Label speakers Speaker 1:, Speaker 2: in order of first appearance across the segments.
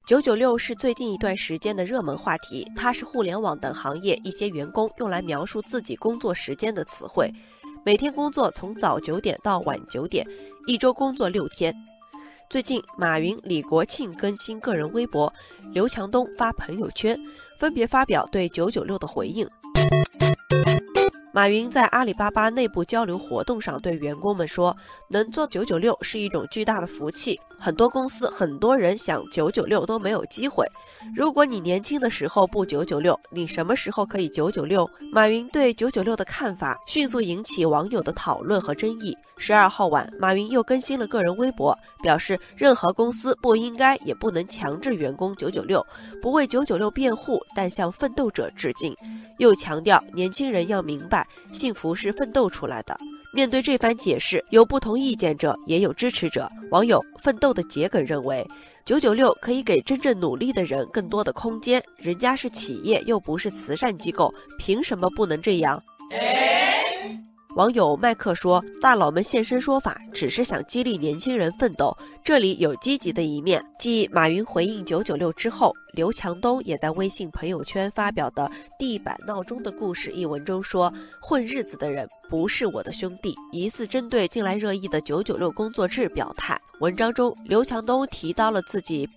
Speaker 1: 996是最近一段时间的热门话题，它是互联网等行业一些员工用来描述自己工作时间的词汇。每天工作从早9点到晚9点，一周工作6天。最近，马云、李国庆更新个人微博，刘强东发朋友圈，分别发表对996的回应。马云在阿里巴巴内部交流活动上对员工们说，能做996是一种巨大的福气，很多公司很多人想996都没有机会。如果你年轻的时候不996，你什么时候可以996？马云对996的看法迅速引起网友的讨论和争议。12号晚，马云又更新了个人微博，表示任何公司不应该也不能强制员工996，不为996辩护，但向奋斗者致敬。又强调年轻人要明白，幸福是奋斗出来的。面对这番解释，有不同意见者，也有支持者。网友奋斗的桔梗认为，996可以给真正努力的人更多的空间，人家是企业又不是慈善机构，凭什么不能这样？网友麦克说，大佬们现身说法只是想激励年轻人奋斗，这里有积极的一面。继马云回应996之后，刘强东也在微信朋友圈发表的《地板闹钟的故事》一文中说，混日子的人不是我的兄弟，疑似针对近来热议的996工作制表态。文章中，刘强东提到了自己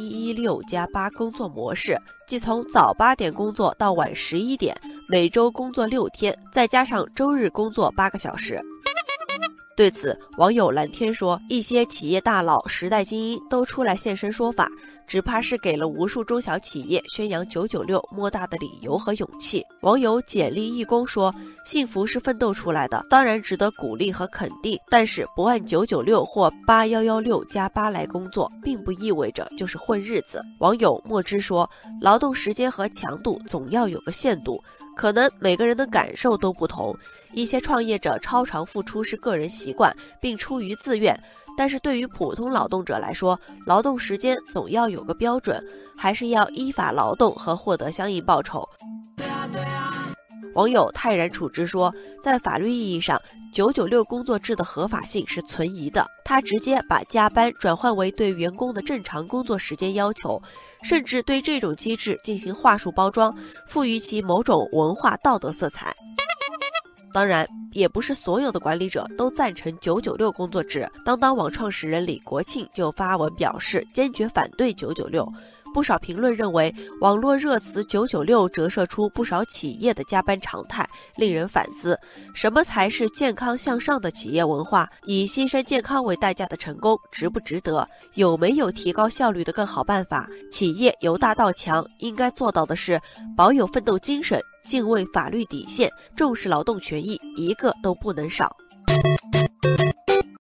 Speaker 1: 8116+8工作模式，即从早8点工作到晚11点，每周工作6天，再加上周日工作8个小时。对此，网友蓝天说，一些企业大佬、时代精英都出来现身说法，只怕是给了无数中小企业宣扬996莫大的理由和勇气。网友简历义工说，幸福是奋斗出来的，当然值得鼓励和肯定，但是不按996或8116+8来工作，并不意味着就是混日子。网友墨汁说，劳动时间和强度总要有个限度，可能每个人的感受都不同，一些创业者超常付出是个人习惯，并出于自愿，但是对于普通劳动者来说，劳动时间总要有个标准，还是要依法劳动和获得相应报酬。网友泰然处之说，在法律意义上，996工作制的合法性是存疑的。他直接把加班转换为对员工的正常工作时间要求，甚至对这种机制进行话术包装，赋予其某种文化道德色彩。当然，也不是所有的管理者都赞成996工作制。当当网创始人李国庆就发文表示坚决反对996。不少评论认为，网络热词996折射出不少企业的加班常态，令人反思：什么才是健康向上的企业文化？以牺牲健康为代价的成功，值不值得？有没有提高效率的更好办法？企业由大到强，应该做到的是保有奋斗精神，敬畏法律底线，重视劳动权益，一个都不能少。